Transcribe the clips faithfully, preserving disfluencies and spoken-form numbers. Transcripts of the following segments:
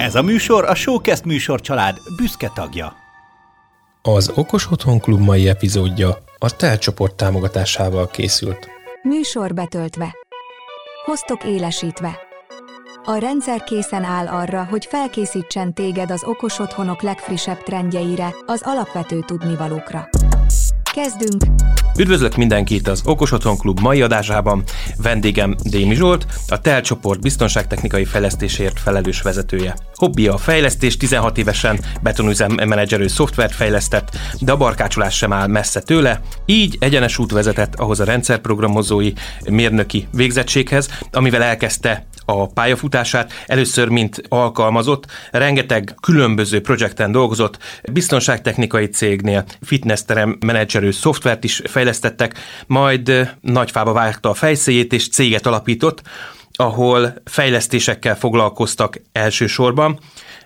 Ez a műsor a Showcast műsor család büszke tagja. Az Okos Otthon Klub mai epizódja a té e el csoport támogatásával készült. Műsor betöltve. Hoztok élesítve. A rendszer készen áll arra, hogy felkészítsen téged az okos otthonok legfrissebb trendjeire, az alapvető tudnivalókra. Kezdünk! Üdvözlök mindenkit az Okos Otthon Klub mai adásában. Vendégem Démi Zsolt, a té e el csoport biztonságtechnikai fejlesztésért felelős vezetője. Hobbija a fejlesztés, tizenhat évesen betonüzemmenedzserő szoftvert fejlesztett, de a barkácsolás sem áll messze tőle, így egyenes út vezetett ahhoz a rendszerprogramozói mérnöki végzettséghez, amivel elkezdte a pályafutását, először mint alkalmazott, rengeteg különböző projekten dolgozott, biztonságtechnikai cégnél fitnessterem menedzserő szoftvert is fejlesztettek, majd nagyfába vágta a fejszéjét és céget alapított, ahol fejlesztésekkel foglalkoztak elsősorban,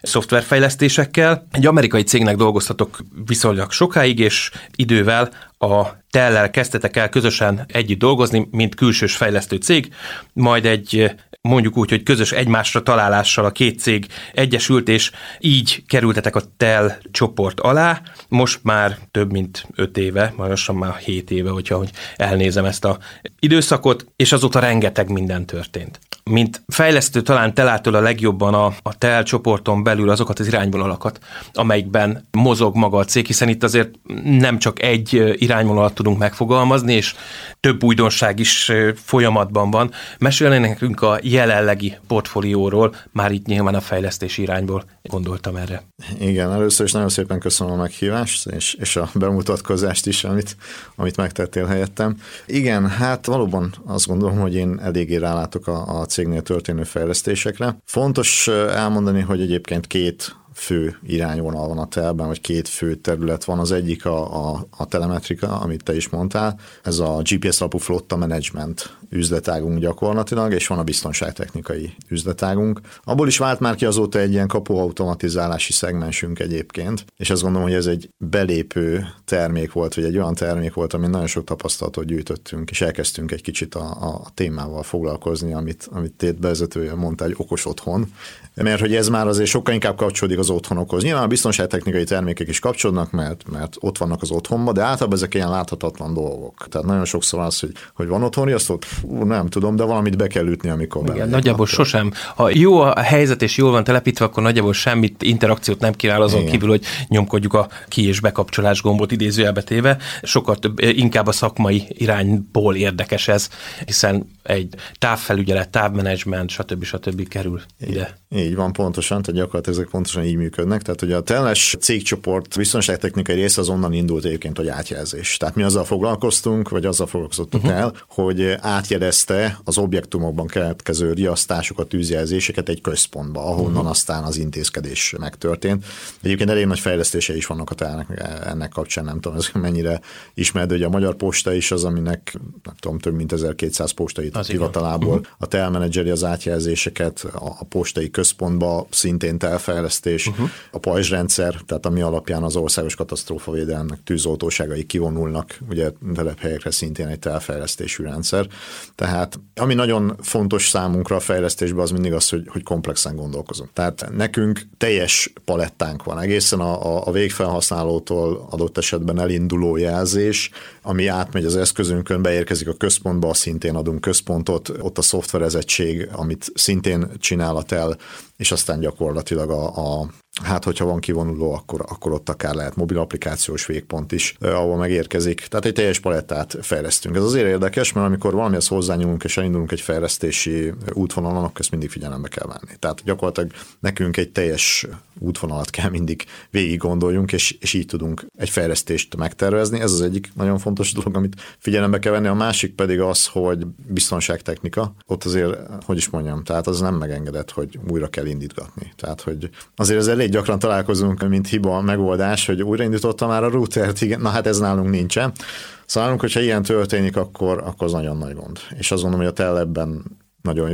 szoftverfejlesztésekkel. Egy amerikai cégnek dolgoztatok viszonylag sokáig, és idővel a té e el-lel kezdtetek el közösen együtt dolgozni, mint külsős fejlesztő cég, majd egy mondjuk úgy, hogy közös egymásra találással a két cég egyesült, és így kerültetek a té e el csoport alá. Most már több mint öt éve, majd lassan már hét éve, hogyha hogy elnézem ezt a időszakot, és azóta rengeteg minden történt. Mint fejlesztő talán te látod a legjobban a, a té e el csoporton belül azokat az irányvonalakat, amelyikben mozog maga a cég, hiszen itt azért nem csak egy irányvonalat tudunk megfogalmazni, és több újdonság is folyamatban van. Mesélj nekünk a jelenlegi portfólióról, már itt nyilván a fejlesztési irányból gondoltam erre. Igen, először is nagyon szépen köszönöm a meghívást, és, és a bemutatkozást is, amit, amit megtettél helyettem. Igen, hát valóban azt gondolom, hogy én eléggé rálátok a, a cégnél történő fejlesztésekre. Fontos elmondani, hogy egyébként két fő irányvonal van a té e el-ben, vagy két fő terület van. Az egyik a, a, a telemetrika, amit te is mondtál. Ez a gé pé es alapú flotta management üzletágunk gyakorlatilag, és van a biztonságtechnikai üzletágunk. Abból is vált már ki azóta egy ilyen kapuautomatizálási szegmensünk egyébként, és azt gondolom, hogy ez egy belépő termék volt, vagy egy olyan termék volt, amin nagyon sok tapasztalatot gyűjtöttünk, és elkezdtünk egy kicsit a, a témával foglalkozni, amit, amit te bevezetője mondtál, egy okos otthon, mert hogy ez már azért sokkal inkább kapcsolódik az otthonokhoz. Nyilván a biztonságtechnikai termékek is kapcsolódnak, mert, mert ott vannak az otthonban, de általában ezek ilyen láthatatlan dolgok. Tehát nagyon sokszor az, hogy, hogy van otthon riasztót, nem tudom, de valamit be kell ütni, amikor bele. Igen, nagyjából akkor sosem. Ha jó a helyzet és jól van telepítve, akkor nagyjából semmit, interakciót nem kínál azon Igen. kívül, hogy nyomkodjuk a ki- és bekapcsolás gombot idézőjelbe téve. Sokkal több, inkább a szakmai irányból érdekes ez, hiszen egy távfelügyelet, távmenedzsment, stb. stb. Kerül ide. Így van, pontosan, tehát gyakorlatilag ezek pontosan így működnek. Tehát ugye a té e el-es cégcsoport biztonságtechnikai része az onnan indult egyébként, hogy átjelzés. Tehát mi azzal foglalkoztunk, vagy azzal foglalkozott a té e el, uh-huh. hogy átjelezte az objektumokban keletkező riasztásokat, tűzjelzéseket egy központba, ahonnan uh-huh. aztán az intézkedés megtörtént. Egyébként elég nagy fejlesztése is vannak a té e el-nek ennek kapcsán, nem tudom, ez mennyire ismert, hogy a Magyar Posta is az, aminek nem tudom, több mint ezerkétszáz postai hivatalából uh-huh. a té e el menedzseri az átjelzéseket, a, a postai központba szintén té e el-fejlesztés, uh-huh. a pajzsrendszer, tehát ami alapján az országos katasztrófavédelemnek tűzoltóságai kivonulnak, ugye telephelyekre szintén egy té e el-fejlesztésű rendszer. Tehát ami nagyon fontos számunkra a fejlesztésben, az mindig az, hogy, hogy komplexen gondolkozunk. Tehát nekünk teljes palettánk van, egészen a, a végfelhasználótól adott esetben elinduló jelzés, ami átmegy az eszközünkön, beérkezik a központba, szintén adunk központot, ott a szoftverezettség, amit szintén csinál a té e el, és aztán gyakorlatilag a, a hát, hogyha van kivonuló, akkor, akkor ott akár lehet mobil applikációs végpont is, ahol megérkezik. Tehát egy teljes palettát fejlesztünk. Ez azért érdekes, mert amikor valamihez hozzányúlunk és elindulunk egy fejlesztési útvonalon, akkor ezt mindig figyelembe kell venni. Tehát gyakorlatilag nekünk egy teljes útvonalat kell mindig végig gondoljunk, és, és így tudunk egy fejlesztést megtervezni. Ez az egyik nagyon fontos dolog, amit figyelembe kell venni. A másik pedig az, hogy biztonságtechnika. Ott azért, hogy is mondjam, tehát az nem megengedett, hogy újra kell indítgatni. Tehát, hogy azért ez elég gyakran találkozunk, mint hiba megoldás, hogy újraindította már a routert, igen, na hát ez nálunk nincsen. Szóval nálunk, hogyha ilyen történik, akkor, akkor az nagyon nagy gond. És azt gondolom, hogy a té e el ebben nagyon jó,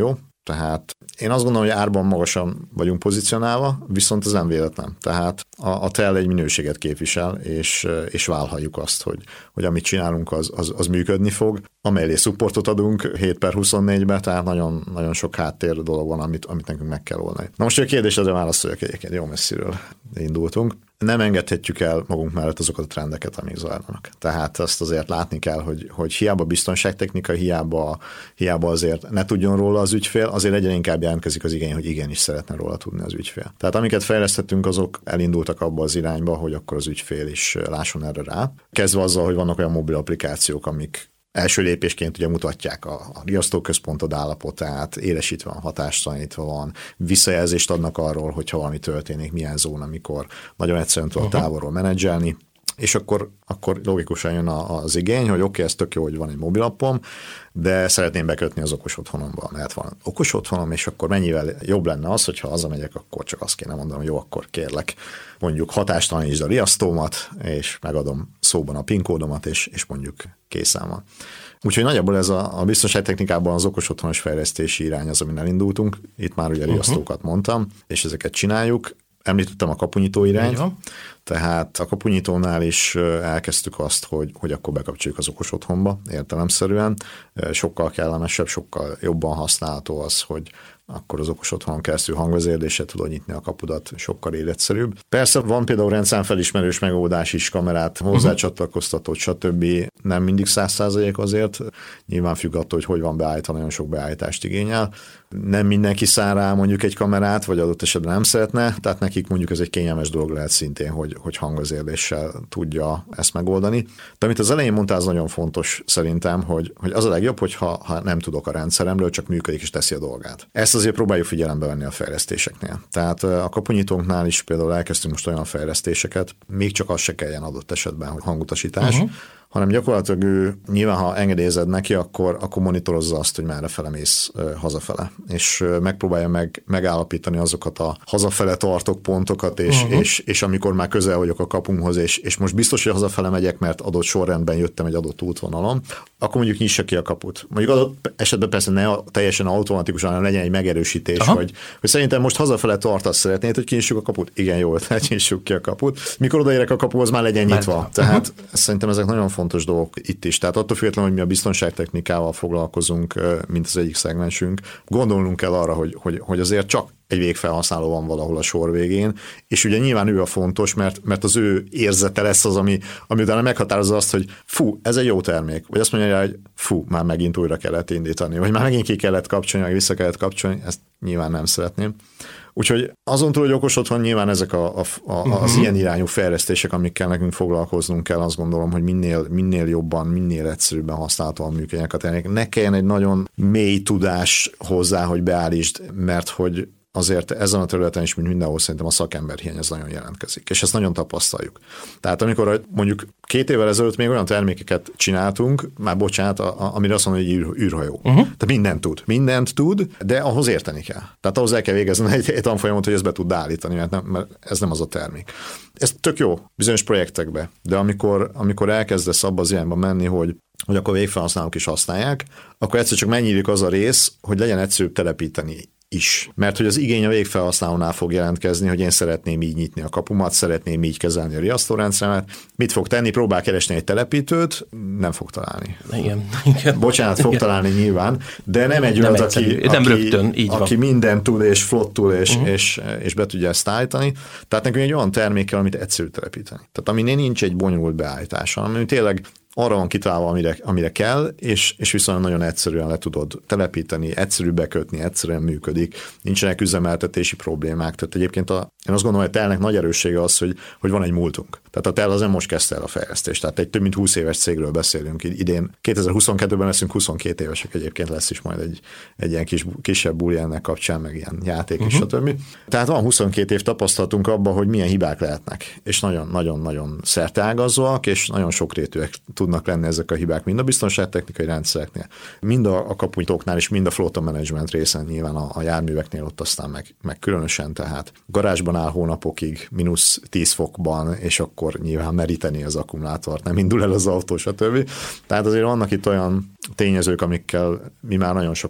Tehát én azt gondolom, hogy árban magasan vagyunk pozícionálva, viszont ez nem véletlen. Tehát a, a tel egy minőséget képvisel, és, és vállaljuk azt, hogy, hogy amit csinálunk, az, az, az működni fog. Amellé supportot adunk hét per huszonnégybe, tehát nagyon, nagyon sok háttér dolog van, amit, amit nekünk meg kell oldani. Na most a kérdésre válaszoljak, egyébként jó messziről indultunk. Nem engedhetjük el magunk mellett azokat a trendeket, amik zajlanak. Tehát azt azért látni kell, hogy, hogy hiába biztonságtechnika, hiába, hiába azért ne tudjon róla az ügyfél, azért egyre inkább jelentkezik az igény, hogy igenis szeretne róla tudni az ügyfél. Tehát amiket fejlesztettünk, azok elindultak abba az irányba, hogy akkor az ügyfél is lásson erre rá. Kezdve azzal, hogy vannak olyan mobil applikációk, amik első lépésként ugye mutatják a, a riasztóközpontod állapotát, élesítve van, hatástalanítva van, visszajelzést adnak arról, hogyha valami történik, milyen zóna, amikor nagyon egyszerűen tud uh-huh. távolról menedzselni, és akkor, akkor logikusan jön az igény, hogy oké, okay, ez tök jó, hogy van egy mobilappom, de szeretném bekötni az okos otthonomba, mert van okos otthonom, és akkor mennyivel jobb lenne az, hogyha hazamegyek, akkor csak azt kéne mondanom, jó, akkor kérlek, mondjuk hatástalanítsd a riasztómat, és megadom szóban a PIN kódomat, és, és mondjuk készen van. Úgyhogy nagyjából ez a, a biztonságtechnikában az okos otthonos fejlesztési irány az, amin elindultunk. Itt már ugye riasztókat uh-huh. mondtam, és ezeket csináljuk. Említettem a kapunyitó irányt, tehát a kapunyitónál is elkezdtük azt, hogy, hogy akkor bekapcsoljuk az okos otthonba értelemszerűen. Sokkal kellemesebb, sokkal jobban használható az, hogy akkor az okos otthonon keresztül hangvezérléssel tudod nyitni a kapudat, sokkal életszerűbb. Persze van például rendszámfelismerős megoldás is, kamerát hozzácsatlakoztatott, stb. Nem mindig száz százalék azért. Nyilván függ attól, hogy hogy van beállítva, nagyon sok beállítást igényel. Nem mindenki száll rá mondjuk egy kamerát, vagy adott esetben nem szeretne, tehát nekik mondjuk ez egy kényelmes dolog lehet szintén, hogy, hogy hangvezérléssel tudja ezt megoldani. De amit az elején mondtál, az nagyon fontos szerintem, hogy, hogy az a legjobb, hogyha ha nem tudok a rendszeremről, csak működik és teszi a dolgát. Ezt azért próbáljuk figyelembe venni a fejlesztéseknél. Tehát a kapunyítónknál is például elkezdtünk most olyan fejlesztéseket, még csak az se kelljen adott esetben, hogy hangutasítás, uh-huh. hanem gyakorlatilag ő nyilván, ha engedélyezed neki, akkor, akkor monitorozza azt, hogy merre fele mész hazafele. És megpróbálja meg, megállapítani azokat a hazafele tartok pontokat, és, uh-huh. és, és amikor már közel vagyok a kapunkhoz, és, és most biztos, hogy hazafele megyek, mert adott sorrendben jöttem egy adott útvonalon, akkor mondjuk nyissa ki a kaput. Mondjuk adott esetben persze ne teljesen automatikusan, hanem legyen egy megerősítés, hogy, hogy szerintem most hazafele tartasz, szeretnéd, hogy kinyissuk a kaput? Igen, jó, tehát nyissuk ki a kaput. Mikor odaérek a kapuhoz, már legyen nyitva. Mert, tehát uh-huh. szerintem ezek nagyon fontos dolgok itt is. Tehát attól függetlenül, hogy mi a biztonságtechnikával foglalkozunk, mint az egyik szegmensünk, gondolnunk kell arra, hogy, hogy, hogy azért csak egy végfelhasználó van valahol a sor végén, és ugye nyilván ő a fontos, mert, mert az ő érzete lesz az, ami, ami utána meghatározza azt, hogy fú, ez egy jó termék, vagy azt mondja, hogy fú, már megint újra kellett indítani, vagy már megint ki kellett kapcsolni, meg vissza kellett kapcsolni, ezt nyilván nem szeretném. Úgyhogy azon túl, hogy okos otthon, nyilván ezek a, a, a, az uh-huh. ilyen irányú fejlesztések, amikkel nekünk foglalkoznunk kell, azt gondolom, hogy minél, minél jobban, minél egyszerűbben használhatóan működjenek a termékek. Ne kelljen egy nagyon mély tudás hozzá, hogy beállítsd, mert hogy azért ezen a területen is, mint mindenhol szerintem a szakemberhiány az nagyon jelentkezik, és ezt nagyon tapasztaljuk. Tehát amikor mondjuk két évvel ezelőtt még olyan termékeket csináltunk, már bocsánat, amire azt mondom, hogy űr, űrhajó. Uh-huh. Tehát mindent tud. Mindent tud, de ahhoz érteni kell. Tehát ahhoz el kell végezni egy, egy tanfolyamot, hogy ezt be tud állítani, mert, nem, mert ez nem az a termék. Ez tök jó bizonyos projektekbe, de amikor, amikor elkezdesz abba az irányba menni, hogy hogy akkor végfelhasználók is használják, akkor egyszer csak megnyílik az a rész, hogy legyen egyszerűbb telepíteni is. Mert hogy az igény a végfelhasználónál fog jelentkezni, hogy én szeretném így nyitni a kapumat, szeretném így kezelni a riasztórendszeremet. Mit fog tenni? Próbál keresni egy telepítőt, nem fog találni. Igen. Igen. Bocsánat, fog Igen. találni nyilván, de nem egy olyan, aki, nem aki, rögtön, így aki van. mindent tud és flottul és, uh-huh. és, és be tudja ezt állítani. Tehát nekünk egy olyan termékkel, amit egyszerű telepíteni. Tehát aminél nincs egy bonyolult beállítás, hanem tényleg arra van kitalálva, amire, amire kell, és, és viszont nagyon egyszerűen le tudod telepíteni, egyszerű bekötni, egyszerűen működik, nincsenek üzemeltetési problémák. Tehát egyébként a, én azt gondolom, hogy a telnek nagy erőssége az, hogy, hogy van egy múltunk. Tehát a tel az nem most kezdte el a fejlesztést. Tehát egy több mint húsz éves cégről beszélünk. Idén kétezer-huszonkettőben leszünk huszonkettő évesek, egyébként lesz is majd egy, egy ilyen kis, kisebb buli ennek kapcsán, meg ilyen játék uh-huh. és stb. Tehát van huszonkét év tapasztalatunk abban, hogy milyen hibák lehetnek, és nagyon-nagyon-nagyon szerteágazóak, és nagyon sokrétűek tudnak lenni ezek a hibák, mind a biztonságtechnikai rendszereknél, mind a, a kapunyítóknál, és mind a flotta management részen, nyilván a, a járműveknél ott aztán meg, meg különösen, tehát garázsban áll hónapokig, mínusz tíz fokban, és akkor nyilván meríteni az akkumulátort, nem indul el az autó, stb. Tehát azért vannak itt olyan tényezők, amikkel mi már nagyon sokat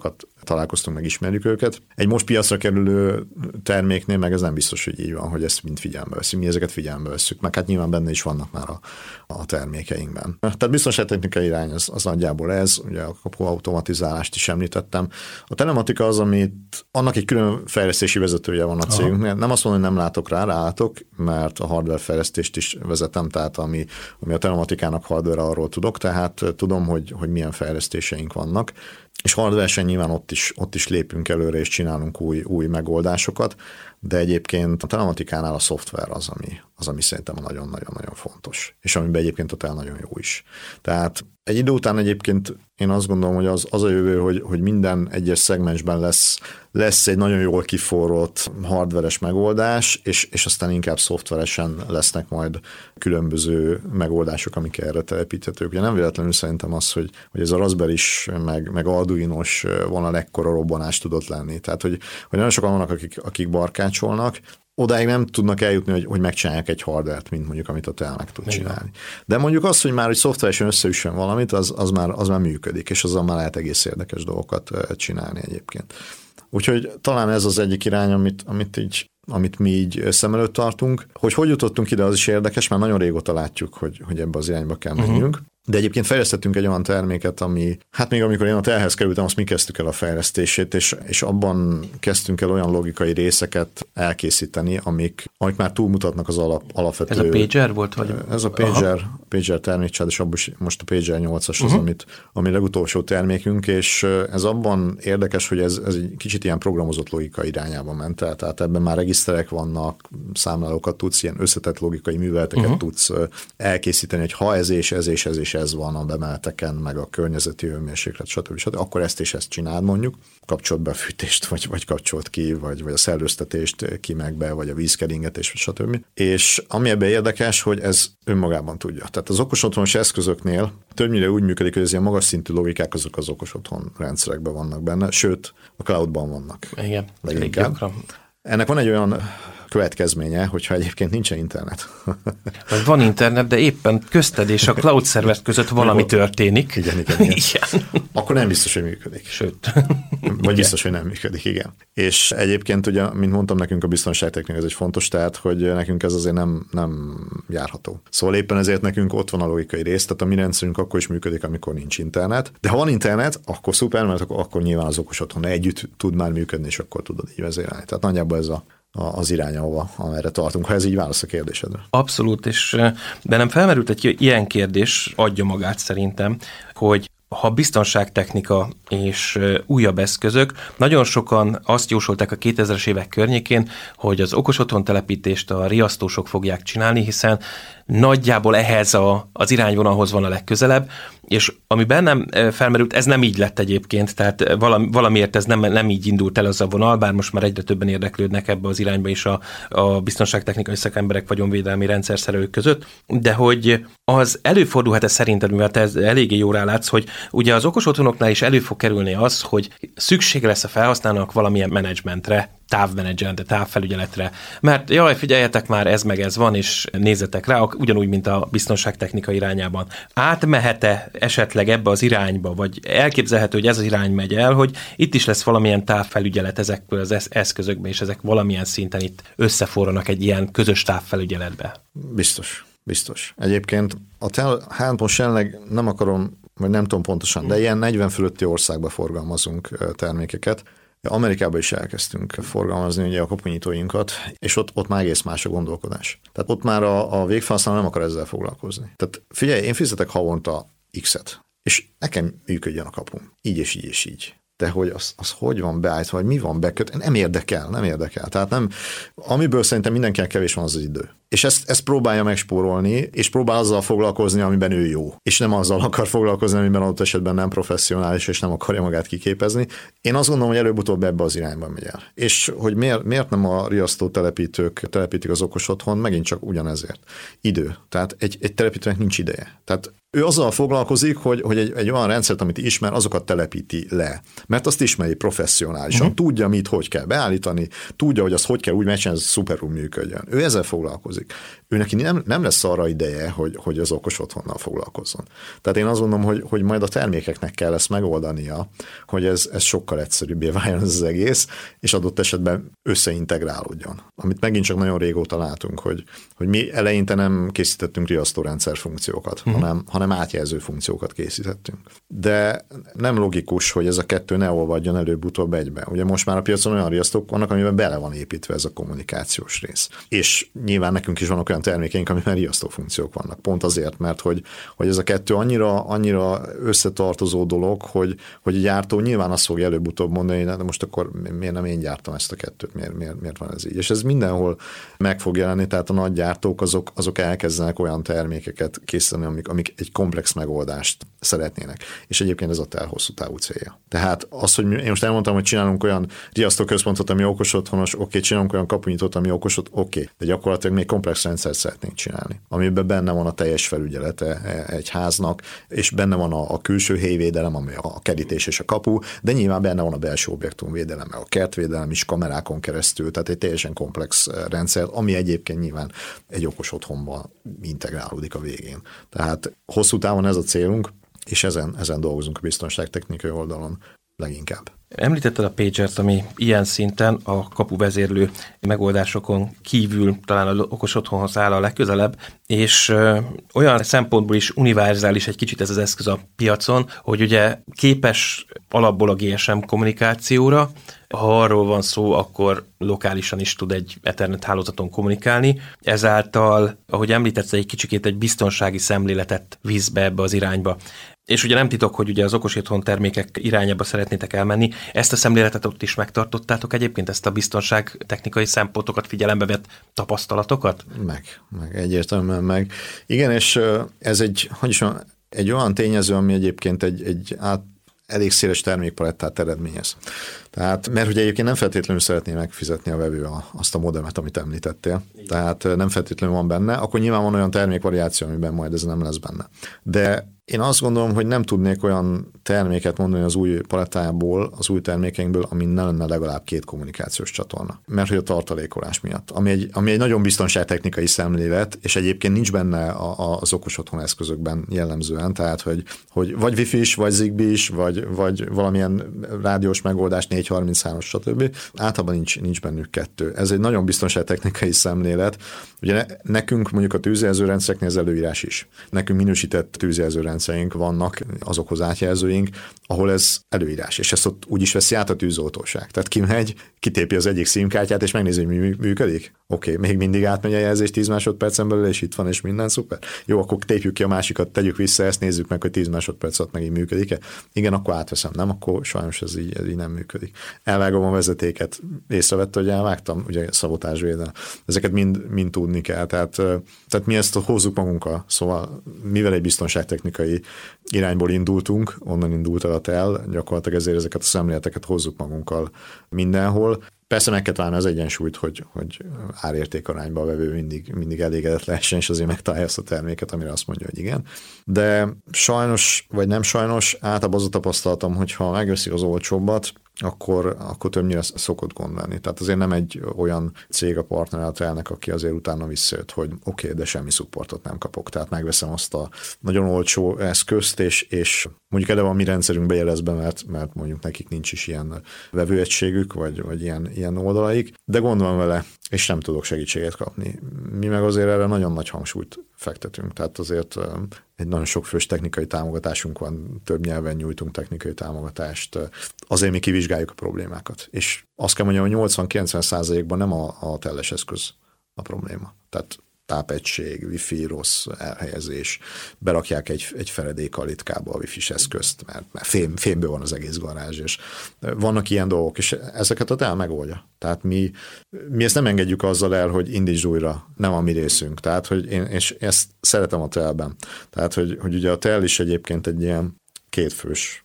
találkoztunk, meg ismerjük őket. Egy most piacra kerülő terméknél meg ez nem biztos, hogy így van, hogy ezt mind figyelembe veszik. Mi ezeket figyelembe vesszük, meg hát nyilván benne is vannak már a, a termékeinkben. Tehát biztonságtechnikai irány az, az nagyjából ez, ugye a kapuautomatizálást is említettem. A telematika az, amit annak egy külön fejlesztési vezetője van a cégünknél. Nem azt mondom, hogy nem látok rá, rálátok, mert a hardware fejlesztést is vezetem, tehát ami, ami a telematikának hardware, arról tudok, tehát tudom, hogy, hogy milyen fejlesztéseink vannak. És hardware-sen nyilván ott is, ott is lépünk előre, és csinálunk új, új megoldásokat, de egyébként a telematikánál a szoftver az, ami, az, ami szerintem nagyon-nagyon-nagyon fontos, és amiben egyébként a tel nagyon jó is. Tehát egy idő után egyébként én azt gondolom, hogy az, az a jövő, hogy, hogy minden egyes szegmensben lesz, lesz egy nagyon jól kiforrott hardveres megoldás, és, és aztán inkább szoftveresen lesznek majd különböző megoldások, amik erre telepíthetők. Ugye nem véletlenül szerintem az, hogy, hogy ez a Raspberry-s, meg, meg Arduino-s vonal ekkora robbanás tudott lenni. Tehát, hogy, hogy nagyon sokan vannak, akik, akik barkácsolnak, odáig nem tudnak eljutni, hogy, hogy megcsinálják egy hardware-t, mint mondjuk, amit a tel meg tud csinálni. De mondjuk az, hogy már hogy szoftveresen összeüssön valamit, az, az, már, az már működik, és azzal már lehet egész érdekes dolgokat csinálni egyébként. Úgyhogy talán ez az egyik irány, amit, amit így amit mi így szem előtt tartunk. Hogy hogy jutottunk ide, az is érdekes, mert nagyon régóta látjuk, hogy, hogy ebbe az irányba kell menjünk. Uh-huh. De egyébként fejlesztettünk egy olyan terméket, ami, hát még amikor én a telhez kerültem, azt mi kezdtük el a fejlesztését, és, és abban kezdtünk el olyan logikai részeket elkészíteni, amik, amik már túlmutatnak az alap, alapvető... Ez a pager volt? Vagy? Ez a pager, pager termékcsád, és abban most a pager nyolcas az, uh-huh. amit, ami legutolsó termékünk, és ez abban érdekes, hogy ez, ez egy kicsit ilyen programozott logika irányába ment el, tehát ebben már regiszterek vannak, számlálókat tudsz, ilyen összetett logikai műveleteket uh-huh. tudsz elkészíteni, hogy ha ez és ez és ez és ez van a bemeleteken, meg a környezeti hőmérséklet, stb. stb. Akkor ezt és ezt csináld mondjuk, kapcsolt be a fűtést, vagy, vagy kapcsolt ki, vagy, vagy a szellőztetést ki meg be, vagy a vízkeringetést, stb. És ami ebben érdekes, hogy ez önmagában tudja. Tehát az okos otthonos eszközöknél többnyire úgy működik, hogy az ilyen magas szintű logikák azok az okos otthon rendszerekben vannak benne, sőt, a cloudban vannak. Igen, leginkább. Ennek van egy olyan következménye, hogyha egyébként nincsen internet. Vagy van internet, de éppen közted és a cloud szerver között valami történik. Igen, igen, igen. igen. Akkor nem biztos, hogy működik. Sőt. Vagy igen. biztos, hogy nem működik, igen. És egyébként ugye, mint mondtam, nekünk a biztonságtechnika ez egy fontos, tehát, hogy nekünk ez azért nem, nem járható. Szóval éppen ezért nekünk ott van a logikai rész, tehát a mi rendszerünk akkor is működik, amikor nincs internet. De ha van internet, akkor szuper, mert akkor, akkor nyilván az okos otthon együtt tud már működni, és akkor tudod így vezérelni. Tehát nagyjából ez a az irány, ahova, amerre tartunk, ha ez így válasz a kérdésedre. Abszolút, és bennem felmerült egy ilyen kérdés, adja magát szerintem, hogy ha biztonságtechnika és újabb eszközök, nagyon sokan azt jósolták a kétezres évek környékén, hogy az okos otthon telepítést a riasztósok fogják csinálni, hiszen nagyjából ehhez a, az irányvonalhoz van a legközelebb, és ami bennem felmerült, ez nem így lett egyébként, tehát valami, valamiért ez nem, nem így indult el az a vonal, bár most már egyre többen érdeklődnek ebbe az irányba is a, a biztonságtechnikai szakemberek, vagyonvédelmi rendszerszerelők között, de hogy az előfordulhat-e szerinted, mivel te eléggé jól rálátsz, hogy ugye az okos otthonoknál is elő fog kerülni az, hogy szükség lesz a felhasználónak valamilyen menedzsmentre, távmenedzsmentre, távfelügyeletre, mert jaj, figyeljetek már, ez meg ez van, és nézzetek rá, ugyanúgy, mint a biztonságtechnika irányában. Átmehet-e esetleg ebbe az irányba, vagy elképzelhető, hogy ez az irány megy el, hogy itt is lesz valamilyen távfelügyelet ezekből az eszközökben, és ezek valamilyen szinten itt összeforranak egy ilyen közös távfelügyeletbe? Biztos, biztos. Egyébként a tel, hát most jelenleg nem akarom, vagy nem tudom pontosan, de ilyen negyven fölötti országba forgalmazunk termékeket. Amerikában is elkezdtünk forgalmazni ugye a kapunyitóinkat, és ott, ott már egész más a gondolkodás. Tehát ott már a, a végfelhasználó nem akar ezzel foglalkozni. Tehát figyelj, én fizetek havonta X-et, és nekem működjön a kapum. Így és így és így. De hogy az, az hogy van beállítva, vagy mi van beköt, nem érdekel, nem érdekel. Tehát nem, amiből szerintem mindenkinek kevés van az, az idő. És ezt, ezt próbálja megspórolni, és próbál azzal foglalkozni, amiben ő jó. És nem azzal akar foglalkozni, amiben adott esetben nem professzionális, és nem akarja magát kiképezni. Én azt gondolom, hogy előbb-utóbb ebbe az irányba megy el. És hogy miért, miért nem a riasztó telepítők telepítik az okos otthon, megint csak ugyanezért. Idő. Tehát egy, egy telepítőnek nincs ideje. Tehát ő azzal foglalkozik, hogy, hogy egy, egy olyan rendszert, amit ismer, azokat telepíti le. Mert azt ismeri professzionálisan. Uh-huh. Tudja, mit, hogy kell beállítani, tudja, hogy azt hogy kell úgy megcsinálni, hogy szuperul működjön. Ő ezzel foglalkozik. foglalkozik. Ő neki nem, nem lesz arra ideje, hogy, hogy az okos otthonnal foglalkozzon. Tehát én azt gondolom, hogy, hogy majd a termékeknek kell ezt megoldania, hogy ez, ez sokkal egyszerűbbé váljon ez az egész, és adott esetben összeintegrálódjon. Amit megint csak nagyon régóta látunk, hogy, hogy mi eleinte nem készítettünk riasztórendszer funkciókat, hmm. hanem, hanem átjelző funkciókat készítettünk. De nem logikus, hogy ez a kettő ne olvadjon előbb-utóbb egybe. Ugye most már a piacon olyan riasztók vannak, amiben bele van építve ez a kommunikációs rész. És nyilván nekünk is vannak olyan termékeink, amiben riasztó funkciók vannak. Pont azért, mert hogy, hogy ez a kettő annyira, annyira összetartozó dolog, hogy, hogy a gyártó nyilván azt fogja előbb-utóbb mondani, de most akkor miért nem én gyártam ezt a kettőt, miért, miért, miért van ez így. És ez mindenhol meg fog jelenni, tehát a nagy gyártók azok, azok elkezdenek olyan termékeket készíteni, amik, amik egy komplex megoldást szeretnének. És egyébként ez a tel hosszú távú célja. Tehát az, hogy én most elmondtam, hogy csinálunk olyan riasztóközpontot, ami okos otthonos, oké, csinálunk olyan kapunyitót, ami okos, oké, de gyakorlatilag még komplex rendszert szeretnénk csinálni, amiben benne van a teljes felügyelete egy háznak, és benne van a, a külső héjvédelem, ami a kerítés és a kapu, de nyilván benne van a belső objektumvédelem, a kertvédelem is kamerákon keresztül, tehát egy teljesen komplex rendszer, ami egyébként nyilván egy okos otthonban integrálódik a végén. Tehát hosszú távon ez a célunk, és ezen, ezen dolgozunk a biztonságtechnikai oldalon leginkább. Említetted a pagert, ami ilyen szinten a kapuvezérlő megoldásokon kívül talán az okos otthonhoz áll a legközelebb, és ö, olyan szempontból is univerzális egy kicsit ez az eszköz a piacon, hogy ugye képes alapból a gé es em kommunikációra, ha arról van szó, akkor lokálisan is tud egy Ethernet hálózaton kommunikálni. Ezáltal, ahogy említetted, egy kicsikét egy biztonsági szemléletet visz be ebbe az irányba. És ugye nem titok, hogy ugye az okos otthon termékek irányába szeretnétek elmenni. Ezt a szemléletet ott is megtartottátok egyébként, ezt a biztonság technikai szempontokat figyelembe vett tapasztalatokat? Meg, meg egyértelműen meg. Igen, és ez egy, hogy is van, egy olyan tényező, ami egyébként egy, egy át, elég széles termékpalettát eredményez. Tehát, mert ugye egyébként nem feltétlenül szeretné megfizetni a vevő azt a modemet, amit említettél. Igen. Tehát nem feltétlenül van benne, akkor nyilván van olyan termékvariáció, amiben majd ez nem lesz benne. De én azt gondolom, hogy nem tudnék olyan terméket mondani az új palettából, az új termékeinkből, ami ne lenne legalább két kommunikációs csatorna. Mert hogy a tartalékolás miatt. Ami egy, ami egy nagyon biztonságtechnikai szemlélet, és egyébként nincs benne a, a, az okos otthon eszközökben jellemzően, tehát hogy, hogy vagy Wi-Fi is, vagy Zigbee is, vagy, vagy valamilyen rádiós megoldás, négy harminchárom, stb. Általában nincs, nincs bennük kettő. Ez egy nagyon biztonságtechnikai szemlélet. Ugye nekünk mondjuk a tűzjelzőrendszereknél ez előírás is. Nekünk minősített tűzjelzőrendszerünk vannak, azokhoz átjelzőink, ahol ez előírás, és ezt ott úgy is veszi át a tűzoltóság. Tehát kimegy, kitépi az egyik szímkártyát, és megnézi, hogy mi működik. Oké, okay, még mindig átmegy a jelzés tíz másodpercen belül, és itt van, és minden szuper. Jó, akkor tépjük ki a másikat, tegyük vissza, ezt nézzük meg, hogy tíz másodperc alatt megint működik-e. Igen, akkor átveszem, nem, akkor sajnos ez így, ez így nem működik. Elvágom a vezetéket, észrevette, hogy elvágtam, ugye szabotázsvédelem. Ezeket mind, mind tudni kell, tehát, tehát mi ezt hozzuk magunkkal. Szóval mivel egy biztonságtechnikai irányból indultunk, onnan indult el a tel, gyakorlatilag ezért ezeket a szemléleteket hozzuk magunkkal mindenhol. Persze meg kell találni az egyensúlyt, hogy, hogy árérték arányba a vevő mindig, mindig elégedett lehessen, és azért megtalálja azt a terméket, amire azt mondja, hogy igen. De sajnos, vagy nem sajnos, általában az a tapasztalatom, hogy ha megveszik az olcsóbbat, akkor, akkor többnyire szokott gond lenni. Tehát azért nem egy olyan cég a partner a telnek, aki azért utána visszajött, hogy oké, okay, de semmi szupportot nem kapok. Tehát megveszem azt a nagyon olcsó eszközt, és, és mondjuk eleve a mi rendszerünk bejelez be, mert, mert mondjuk nekik nincs is ilyen vevőegységük, vagy, vagy ilyen, ilyen oldalaik, de gond van vele, és nem tudok segítséget kapni. Mi meg azért erre nagyon nagy hangsúlyt fektetünk, tehát azért egy nagyon sokfős technikai támogatásunk van, több nyelven nyújtunk technikai támogatást, azért mi kivizsgáljuk a problémákat. És azt kell mondjam, hogy nyolcvan-kilencven százalékban nem a, a telles eszköz a probléma. Tehát tápegység, wifi rossz elhelyezés, berakják egy, egy feledékalitkába a wifi-s eszközt, mert, mert fém, fémből van az egész garázs, és vannak ilyen dolgok, és ezeket a tel megoldja. Tehát mi, mi ezt nem engedjük azzal el, hogy indítsd újra, nem a mi részünk. Tehát, hogy én és ezt szeretem a telben. Tehát, hogy, hogy ugye a tel is egyébként egy ilyen kétfős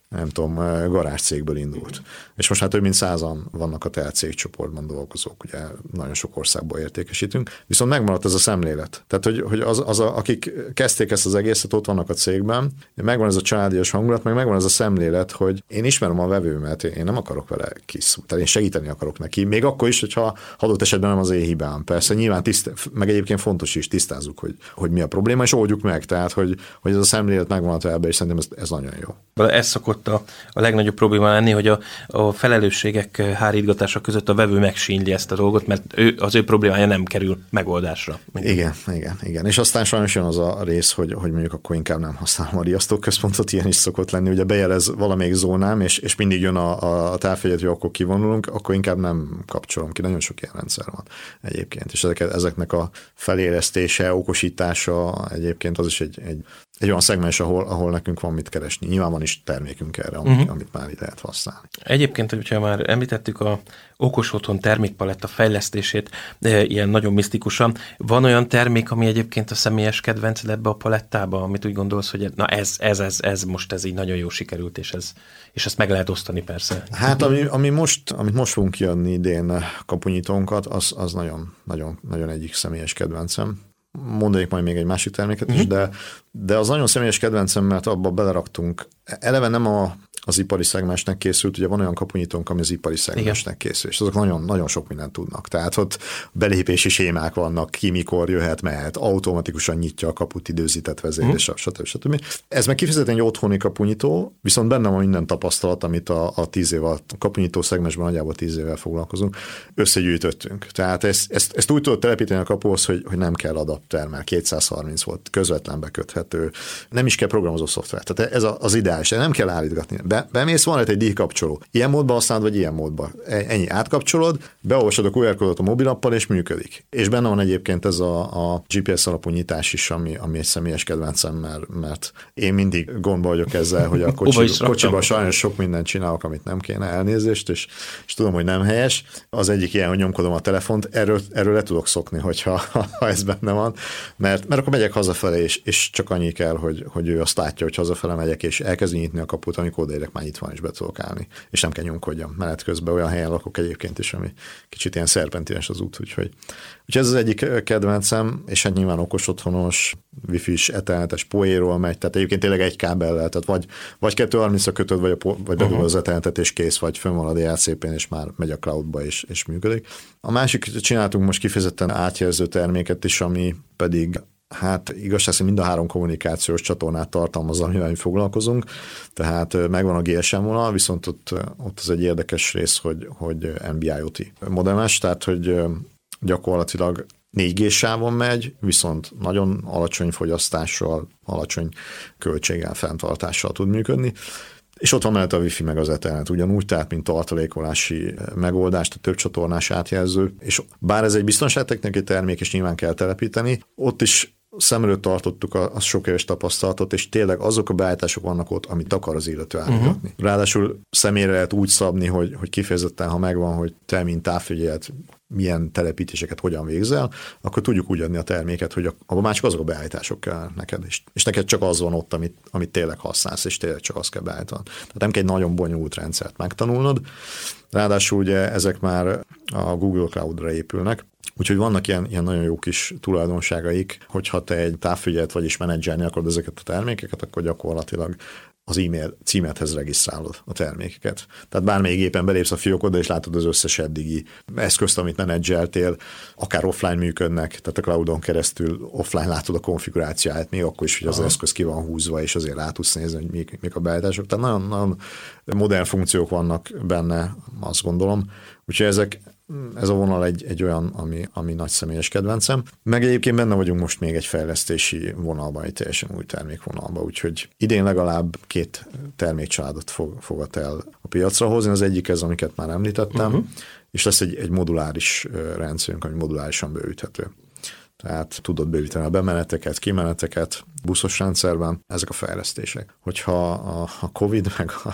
nem tudom, garázscégből indult. És most hát több mint százan vannak a TEL cégcsoportban dolgozók, ugye nagyon sok országból értékesítünk, viszont megmaradt ez a szemlélet. Tehát, hogy, hogy az, az a, akik kezdték ezt az egészet, ott vannak a cégben, megvan ez a családias hangulat, meg megvan ez a szemlélet, hogy én ismerem a vevőmet, én nem akarok vele kiszúrni, tehát én segíteni akarok neki, még akkor is, hogyha adott esetben nem az én hibám. Persze nyilván tiszt, meg egyébként fontos is, tisztázzuk, hogy, hogy mi a probléma, és oldjuk meg, tehát, hogy, hogy ez a szemlélet megvan a TEL-ben, és szerintem ez, ez nagyon jó. Ez szokott a, a legnagyobb probléma lenni, hogy a, a felelősségek hárítgatása között a vevő megsínyli ezt a dolgot, mert ő, az ő problémája nem kerül megoldásra. Igen, igen, igen. És aztán sajnos jön az a rész, hogy, hogy mondjuk akkor inkább nem használom a riasztóközpontot, ilyen is szokott lenni, ugye bejelez valamelyik zónám, és, és mindig jön a, a távfegyet, hogy akkor kivonulunk, akkor inkább nem kapcsolom ki. Nagyon sok ilyen rendszer van egyébként. És ezek, ezeknek a felélesztése, okosítása egyébként az is egy, egy, egy olyan szegmens, ahol, ahol nekünk van mit keresni. Nyilván van is termékünk erre, amit, uh-huh. amit már így lehet használni. Egyébként, hogyha már említettük a okos otthon termékpaletta fejlesztését, de ilyen nagyon misztikusan, van olyan termék, ami egyébként a személyes kedvenced ebbe a palettába, amit úgy gondolsz, hogy na ez, ez, ez, ez most ez így nagyon jó sikerült, és, ez, és ezt meg lehet osztani persze. Hát ami, ami most, amit most fogunk kiadni idén kapunyítónkat, az, az nagyon, nagyon, nagyon egyik személyes kedvencem. Mondanék majd még egy másik terméket is, de, de az nagyon személyes kedvencem, mert abba beleraktunk. Eleve nem a, az ipari szegmensnek készült, ugye van olyan kapunyítónk, ami az ipari szegmensnek készül, és azok nagyon, nagyon sok mindent tudnak. Tehát ott belépési sémák vannak, ki mikor jöhet, mehet, automatikusan nyitja a kaput, időzített vezérlés, uh-huh. stb. stb. Ez meg kifejezetten egy otthoni kapunyító, viszont benne van minden tapasztalat, amit a, a tíz év a kapunyító szegmensben nagyjából tíz évvel foglalkozunk, összegyűjtöttünk. Tehát ezt, ezt, ezt úgy tudod telepíteni a kapuhoz, hogy, hogy nem kell adapter, mert kétszázharminc volt, közvetlen beköthető, nem is kell programozó szoftver. Tehát ez az ideális, nem kell állítgatni. Be, bemész, van egy díjkapcsoló. Ilyen módban használod, vagy ilyen módban. Ennyi, átkapcsolod, beolvasod a kú er kódot a mobilappal, és működik. És benne van egyébként ez a, a gé pé es alapú nyitás is, ami, ami egy személyes kedvencem, mert, mert én mindig gondba vagyok ezzel, hogy a kocsi, kocsiban sajnos sok mindent csinálok, amit nem kéne, elnézést, és, és tudom, hogy nem helyes. Az egyik ilyen, hogy nyomkodom a telefont, erről, erről le tudok szokni, hogyha ha ez benne van, mert, mert akkor megyek hazafelé, és, és csak annyi kell, hogy, hogy ő azt látja, hogy hazafele megyek, és elkezdi nyitni a kaput, amikor odaérek, már nyitva van, és be tudok állni. És nem kell nyomkodjam. Menet közben olyan helyen lakok egyébként is, ami kicsit ilyen szerpentines az út, úgyhogy, úgyhogy ez az egyik kedvencem, és hát nyilván okos otthonos, wifi-s, ethernetes, poéról megy, tehát egyébként tényleg egy kábellel, tehát vagy, vagy kettőszázharmincra kötöd, vagy, vagy bedugod uh-huh. az ethernetet, és kész, vagy fönn van a dé há cé pén, és már megy a cloudba, és, és működik. A másik, csináltunk most kifejezetten átjelző terméket is, ami pedig hát igazság szerint mind a három kommunikációs csatornát tartalmaz, amivel mi foglalkozunk, tehát megvan a gé es em vonal, viszont ott, ott az egy érdekes rész, hogy, hogy en bé i o té modemes, tehát hogy gyakorlatilag négy gé sávon megy, viszont nagyon alacsony fogyasztással, alacsony költséggel, fenntartással tud működni. És ott van mellett a Wi-Fi meg az Ethernet ugyanúgy, tehát mint tartalékolási megoldást, a több csatornás átjelző, és bár ez egy biztonságtechnikai termék, és nyilván kell telepíteni, ott is szem előtt tartottuk a, a sok éves tapasztalatot, és tényleg azok a beállítások vannak ott, amit akar az illető állítani. Uh-huh. Ráadásul személyre lehet úgy szabni, hogy, hogy kifejezetten, ha megvan, hogy te, mint távügyelet, milyen telepítéseket hogyan végzel, akkor tudjuk úgy adni a terméket, hogy abban már csak azok a beállítások kell neked, és, és neked csak az van ott, amit, amit tényleg használsz, és tényleg csak azt kell beállítanod. Tehát nem kell egy nagyon bonyolult rendszert megtanulnod, ráadásul ugye ezek már a Google Cloud-ra épülnek, úgyhogy vannak ilyen, ilyen nagyon jó kis tulajdonságaik, hogyha te egy távügyelet vagy is menedzselni akarod ezeket a termékeket, akkor gyakorlatilag az e-mail címedhez regisztrálod a termékeket. Tehát bármelyik gépen belépsz a fiókodba, és látod az összes eddigi eszközt, amit menedzseltél, akár offline működnek, tehát a cloudon keresztül offline látod a konfigurációját, még akkor is, hogy az Aha. eszköz ki van húzva, és azért rá tudsz nézni, hogy mik, mik a beállítások. Tehát nagyon, nagyon modern funkciók vannak benne, azt gondolom. Úgyhogy ezek, ez a vonal egy, egy olyan, ami, ami nagy személyes kedvencem. Meg egyébként benne vagyunk most még egy fejlesztési vonalban, egy teljesen új termékvonalban, úgyhogy idén legalább két termékcsaládot fog, fogad el a piacra hozni. Az egyik ez, amiket már említettem, uh-huh. és lesz egy, egy moduláris rendszerünk, ami modulárisan bővíthető. Tehát tudod bővíteni a bemeneteket, kimeneteket buszos rendszerben, ezek a fejlesztések. Hogyha a, a Covid meg a,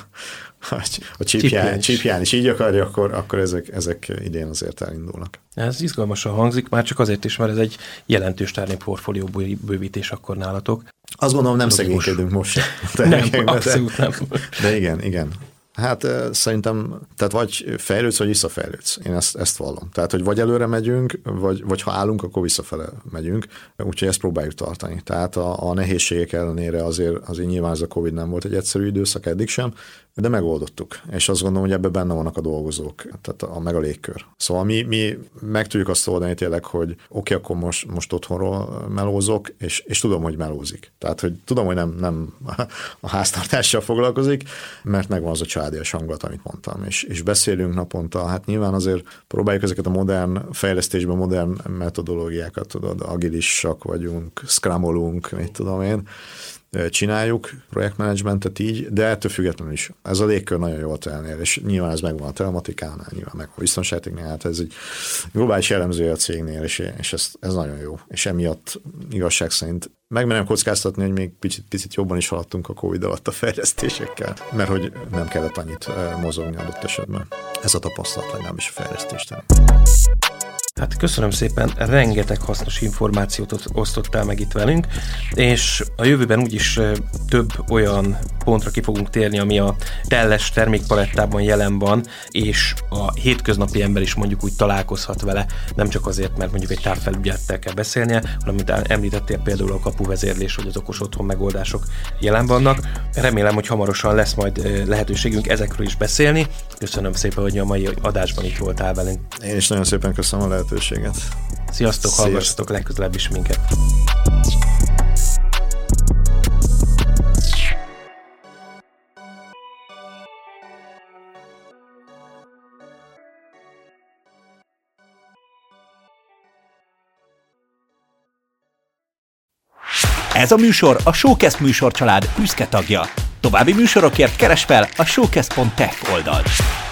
a chipján is így akarja, akkor, akkor ezek, ezek idén azért elindulnak. Ez izgalmasan hangzik, már csak azért is, mert ez egy jelentős termékportfólió bővítés akkor nálatok. Azt gondolom, nem szegénykedünk most sem. Nem, abszolút nem. De igen, igen. Hát szerintem, tehát vagy fejlődsz, vagy visszafejlődsz. Én ezt, ezt vallom. Tehát, hogy vagy előre megyünk, vagy, vagy ha állunk, akkor visszafele megyünk. Úgyhogy ezt próbáljuk tartani. Tehát a, a nehézségek ellenére azért, azért nyilván ez a Covid nem volt egy egyszerű időszak eddig sem, de megoldottuk. És azt gondolom, hogy ebben benne vannak a dolgozók, tehát a, meg a légkör. Szóval mi, mi meg tudjuk azt oldani tényleg, hogy oké, okay, akkor most, most otthonról melózok, és, és tudom, hogy melózik. Tehát, hogy tudom, hogy nem, nem a háztartással foglalkozik, mert megvan az a családias hangulat, amit mondtam. És, és beszélünk naponta, hát nyilván azért próbáljuk ezeket a modern fejlesztésben, modern metodológiákat, tudod, agilisak vagyunk, scrumolunk, mit tudom én, csináljuk projektmenedzsmentet így, de ettől függetlenül is. Ez a légkör nagyon jól telnél, és nyilván ez megvan a telematikánál, nyilván meg a biztonságtéknél, hát ez egy globális jellemzője a cégnél, és, és ez, ez nagyon jó. És emiatt igazság szerint megmerem kockáztatni, hogy még picit, picit jobban is haladtunk a Covid alatt a fejlesztésekkel, mert hogy nem kellett annyit mozogni adott esetben. Ez a tapasztalat legalábbis a fejlesztésten. Hát köszönöm szépen, rengeteg hasznos információt osztottál meg itt velünk, és a jövőben úgyis több olyan pontra ki fogunk térni, ami a Telles termékpalettában jelen van, és a hétköznapi ember is mondjuk úgy találkozhat vele, nem csak azért, mert mondjuk egy távfelügyelettel kell beszélnie, hanem mint említettél például a kapuvezérlés, vagy az okos otthon megoldások jelen vannak. Remélem, hogy hamarosan lesz majd lehetőségünk ezekről is beszélni. Köszönöm szépen, hogy a mai adásban itt voltál velünk. Én is nagyon szépen köszönöm a lehetőséget. Sziasztok, hallgassatok legközelebb is minket! Ez a műsor a Showcast műsorcsalád büszke tagja. További műsorokért keresd fel a showcast pont tech oldalt.